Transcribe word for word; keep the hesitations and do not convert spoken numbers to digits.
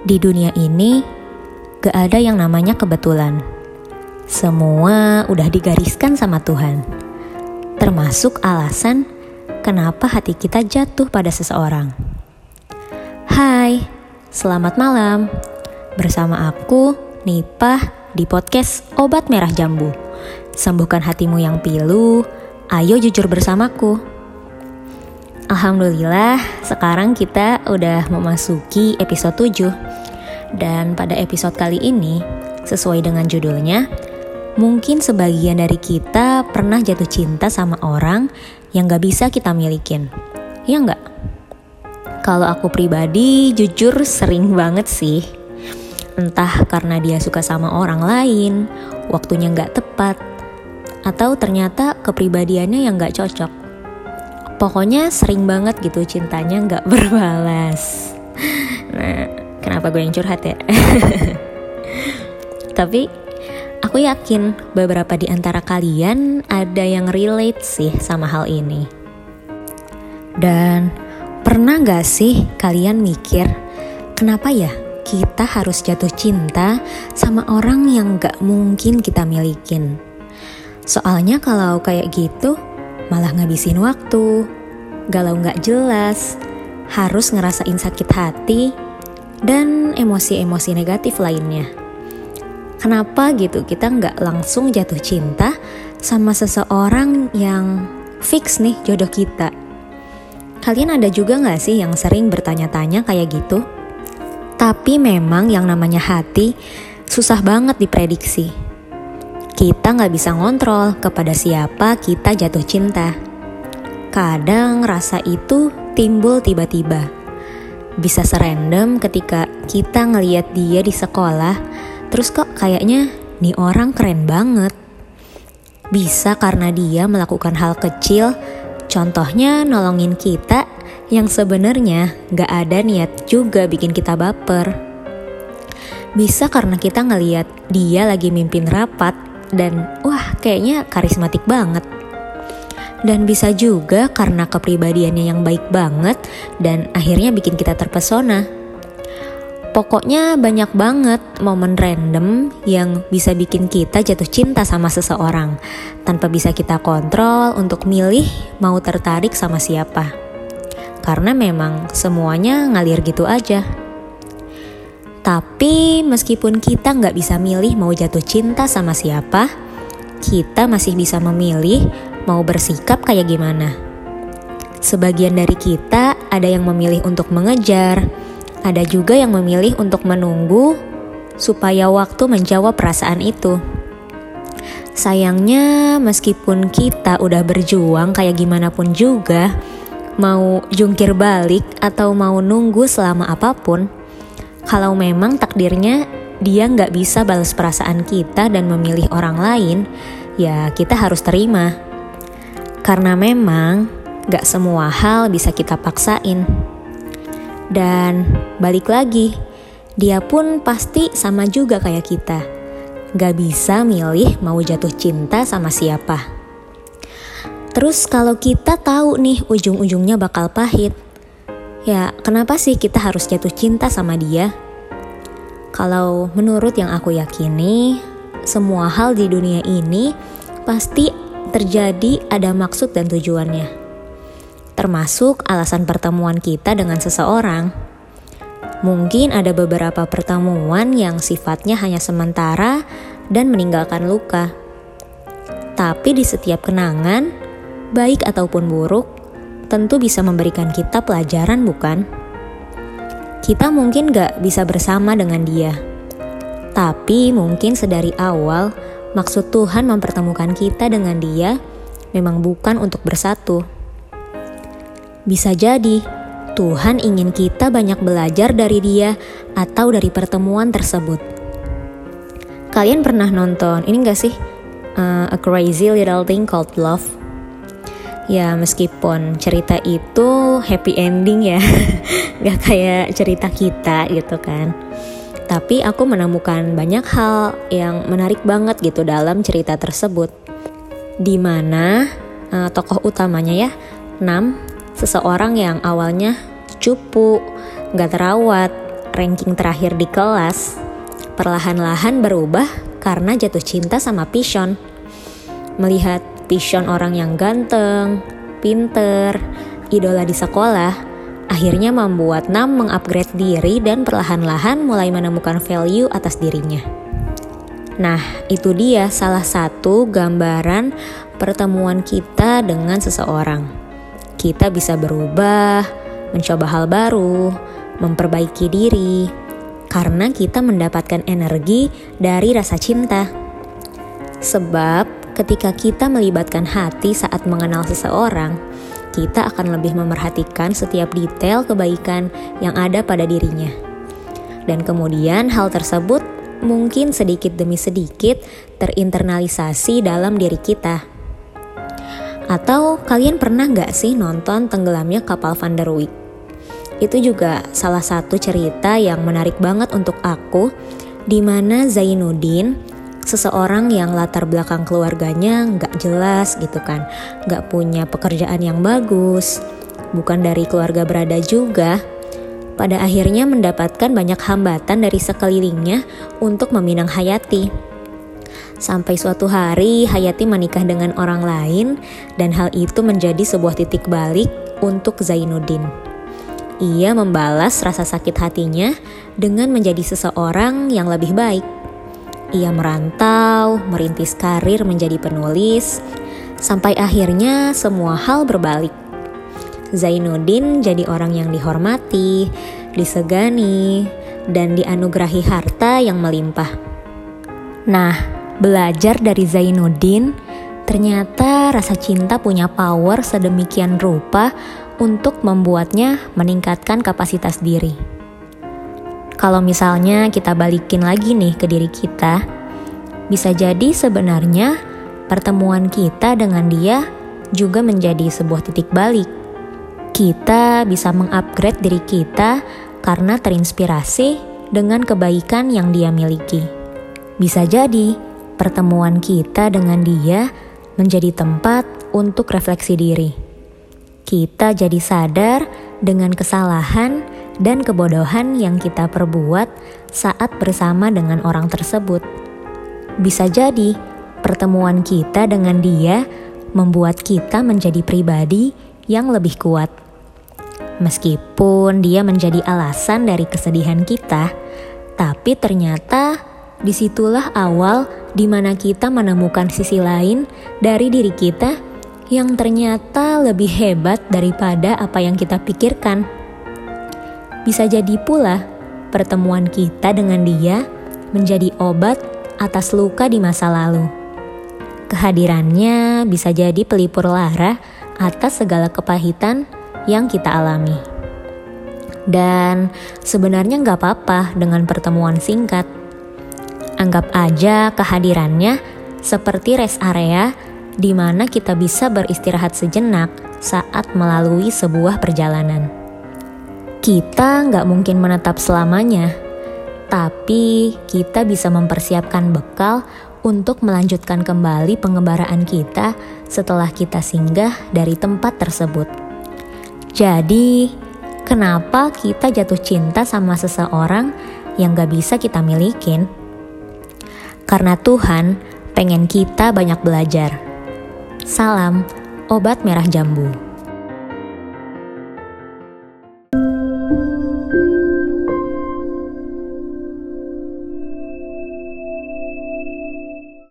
Di dunia ini, gak ada yang namanya kebetulan. Semua udah digariskan sama Tuhan. Termasuk alasan kenapa hati kita jatuh pada seseorang. Hai, selamat malam. Bersama aku, Nipah, di podcast Obat Merah Jambu. Sembuhkan hatimu yang pilu, ayo jujur bersamaku. Alhamdulillah, sekarang kita udah memasuki episode tujuh. Dan pada episode kali ini, sesuai dengan judulnya, mungkin sebagian dari kita pernah jatuh cinta sama orang yang gak bisa kita milikin. Ya gak? Kalau aku pribadi, jujur sering banget sih. Entah karena dia suka sama orang lain, waktunya gak tepat, atau ternyata kepribadiannya yang gak cocok. Pokoknya sering banget gitu cintanya gak berbalas. Nah, kenapa gue yang curhat ya? Tapi aku yakin beberapa di antara kalian ada yang relate sih sama hal ini. Dan pernah gak sih kalian mikir, kenapa ya kita harus jatuh cinta sama orang yang gak mungkin kita milikin? Soalnya kalau kayak gitu, malah ngabisin waktu, galau gak jelas, harus ngerasain sakit hati, dan emosi-emosi negatif lainnya. Kenapa gitu kita gak langsung jatuh cinta sama seseorang yang fix nih jodoh kita? Kalian ada juga gak sih yang sering bertanya-tanya kayak gitu? Tapi memang yang namanya hati susah banget diprediksi. Kita gak bisa ngontrol kepada siapa kita jatuh cinta. Kadang rasa itu timbul tiba-tiba. Bisa serandom ketika kita ngeliat dia di sekolah, terus kok kayaknya nih orang keren banget. Bisa karena dia melakukan hal kecil, contohnya nolongin kita yang sebenarnya gak ada niat juga bikin kita baper. Bisa karena kita ngeliat dia lagi mimpin rapat, dan wah kayaknya karismatik banget. Dan bisa juga karena kepribadiannya yang baik banget dan akhirnya bikin kita terpesona. Pokoknya banyak banget momen random yang bisa bikin kita jatuh cinta sama seseorang tanpa bisa kita kontrol untuk milih mau tertarik sama siapa. Karena memang semuanya ngalir gitu aja. Tapi meskipun kita gak bisa milih mau jatuh cinta sama siapa, kita masih bisa memilih mau bersikap kayak gimana. Sebagian dari kita ada yang memilih untuk mengejar, ada juga yang memilih untuk menunggu supaya waktu menjawab perasaan itu. Sayangnya meskipun kita udah berjuang kayak gimana pun juga, mau jungkir balik atau mau nunggu selama apapun, kalau memang takdirnya dia gak bisa balas perasaan kita dan memilih orang lain, ya kita harus terima. Karena memang gak semua hal bisa kita paksain. Dan balik lagi, dia pun pasti sama juga kayak kita. Gak bisa milih mau jatuh cinta sama siapa. Terus kalau kita tahu nih ujung-ujungnya bakal pahit, ya kenapa sih kita harus jatuh cinta sama dia? Kalau menurut yang aku yakini, semua hal di dunia ini pasti terjadi ada maksud dan tujuannya. Termasuk alasan pertemuan kita dengan seseorang. Mungkin ada beberapa pertemuan yang sifatnya hanya sementara dan meninggalkan luka. Tapi di setiap kenangan, baik ataupun buruk, tentu bisa memberikan kita pelajaran, bukan? Kita mungkin gak bisa bersama dengan dia, tapi mungkin sedari awal maksud Tuhan mempertemukan kita dengan dia memang bukan untuk bersatu. Bisa jadi Tuhan ingin kita banyak belajar dari dia atau dari pertemuan tersebut. Kalian pernah nonton ini gak sih? Uh, A Crazy Little Thing Called Love? Ya meskipun cerita itu happy ending ya, gak kayak cerita kita gitu kan. Tapi aku menemukan banyak hal yang menarik banget gitu dalam cerita tersebut. Dimana uh, tokoh utamanya ya, Nam, seseorang yang awalnya cupu, gak terawat, ranking terakhir di kelas, perlahan-lahan berubah karena jatuh cinta sama Pishon. Melihat Pishon orang yang ganteng, pinter, idola di sekolah, akhirnya membuat Nam mengupgrade diri dan perlahan-lahan mulai menemukan value atas dirinya. Nah, itu dia salah satu gambaran pertemuan kita dengan seseorang. Kita bisa berubah, mencoba hal baru, memperbaiki diri, karena kita mendapatkan energi dari rasa cinta. Sebab ketika kita melibatkan hati saat mengenal seseorang, kita akan lebih memerhatikan setiap detail kebaikan yang ada pada dirinya. Dan kemudian hal tersebut mungkin sedikit demi sedikit terinternalisasi dalam diri kita. Atau kalian pernah gak sih nonton tenggelamnya kapal Van der Wijk? Itu juga salah satu cerita yang menarik banget untuk aku, di mana Zainuddin, seseorang yang latar belakang keluarganya gak jelas gitu kan, gak punya pekerjaan yang bagus, bukan dari keluarga berada juga, pada akhirnya mendapatkan banyak hambatan dari sekelilingnya untuk meminang Hayati. Sampai suatu hari Hayati menikah dengan orang lain dan hal itu menjadi sebuah titik balik untuk Zainuddin. Ia membalas rasa sakit hatinya dengan menjadi seseorang yang lebih baik. Ia merantau, merintis karir menjadi penulis, sampai akhirnya semua hal berbalik. Zainuddin jadi orang yang dihormati, disegani, dan dianugerahi harta yang melimpah. Nah, belajar dari Zainuddin, ternyata rasa cinta punya power sedemikian rupa untuk membuatnya meningkatkan kapasitas diri. Kalau misalnya kita balikin lagi nih ke diri kita, bisa jadi sebenarnya pertemuan kita dengan dia juga menjadi sebuah titik balik. Kita bisa mengupgrade diri kita karena terinspirasi dengan kebaikan yang dia miliki. Bisa jadi pertemuan kita dengan dia menjadi tempat untuk refleksi diri. Kita jadi sadar dengan kesalahan dan kebodohan yang kita perbuat saat bersama dengan orang tersebut. Bisa jadi pertemuan kita dengan dia membuat kita menjadi pribadi yang lebih kuat. Meskipun dia menjadi alasan dari kesedihan kita, tapi ternyata disitulah awal di mana kita menemukan sisi lain dari diri kita yang ternyata lebih hebat daripada apa yang kita pikirkan. Bisa jadi pula pertemuan kita dengan dia menjadi obat atas luka di masa lalu. Kehadirannya bisa jadi pelipur lara atas segala kepahitan yang kita alami. Dan sebenarnya gak apa-apa dengan pertemuan singkat. Anggap aja kehadirannya seperti rest area di mana kita bisa beristirahat sejenak saat melalui sebuah perjalanan. Kita gak mungkin menetap selamanya, tapi kita bisa mempersiapkan bekal untuk melanjutkan kembali pengembaraan kita setelah kita singgah dari tempat tersebut. Jadi, kenapa kita jatuh cinta sama seseorang yang gak bisa kita milikin? Karena Tuhan pengen kita banyak belajar. Salam, obat merah jambu.